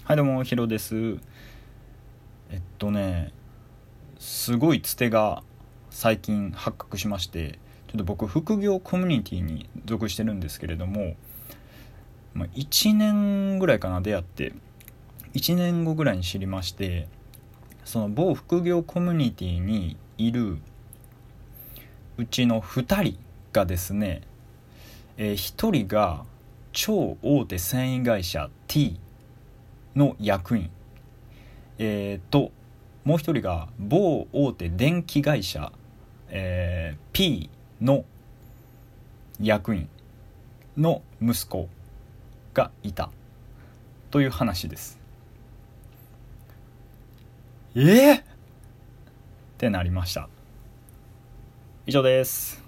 はいどうもヒロです。すごいつてが最近発覚しまして、ちょっと僕副業コミュニティに属してるんですけれども、1年ぐらいかな出会って1年後ぐらいに知りまして、その某副業コミュニティにいるうちの2人がですね、1人が超大手繊維会社 T の役員、もう一人が某大手電気会社、P の役員の息子がいたという話です。ってなりました。以上です。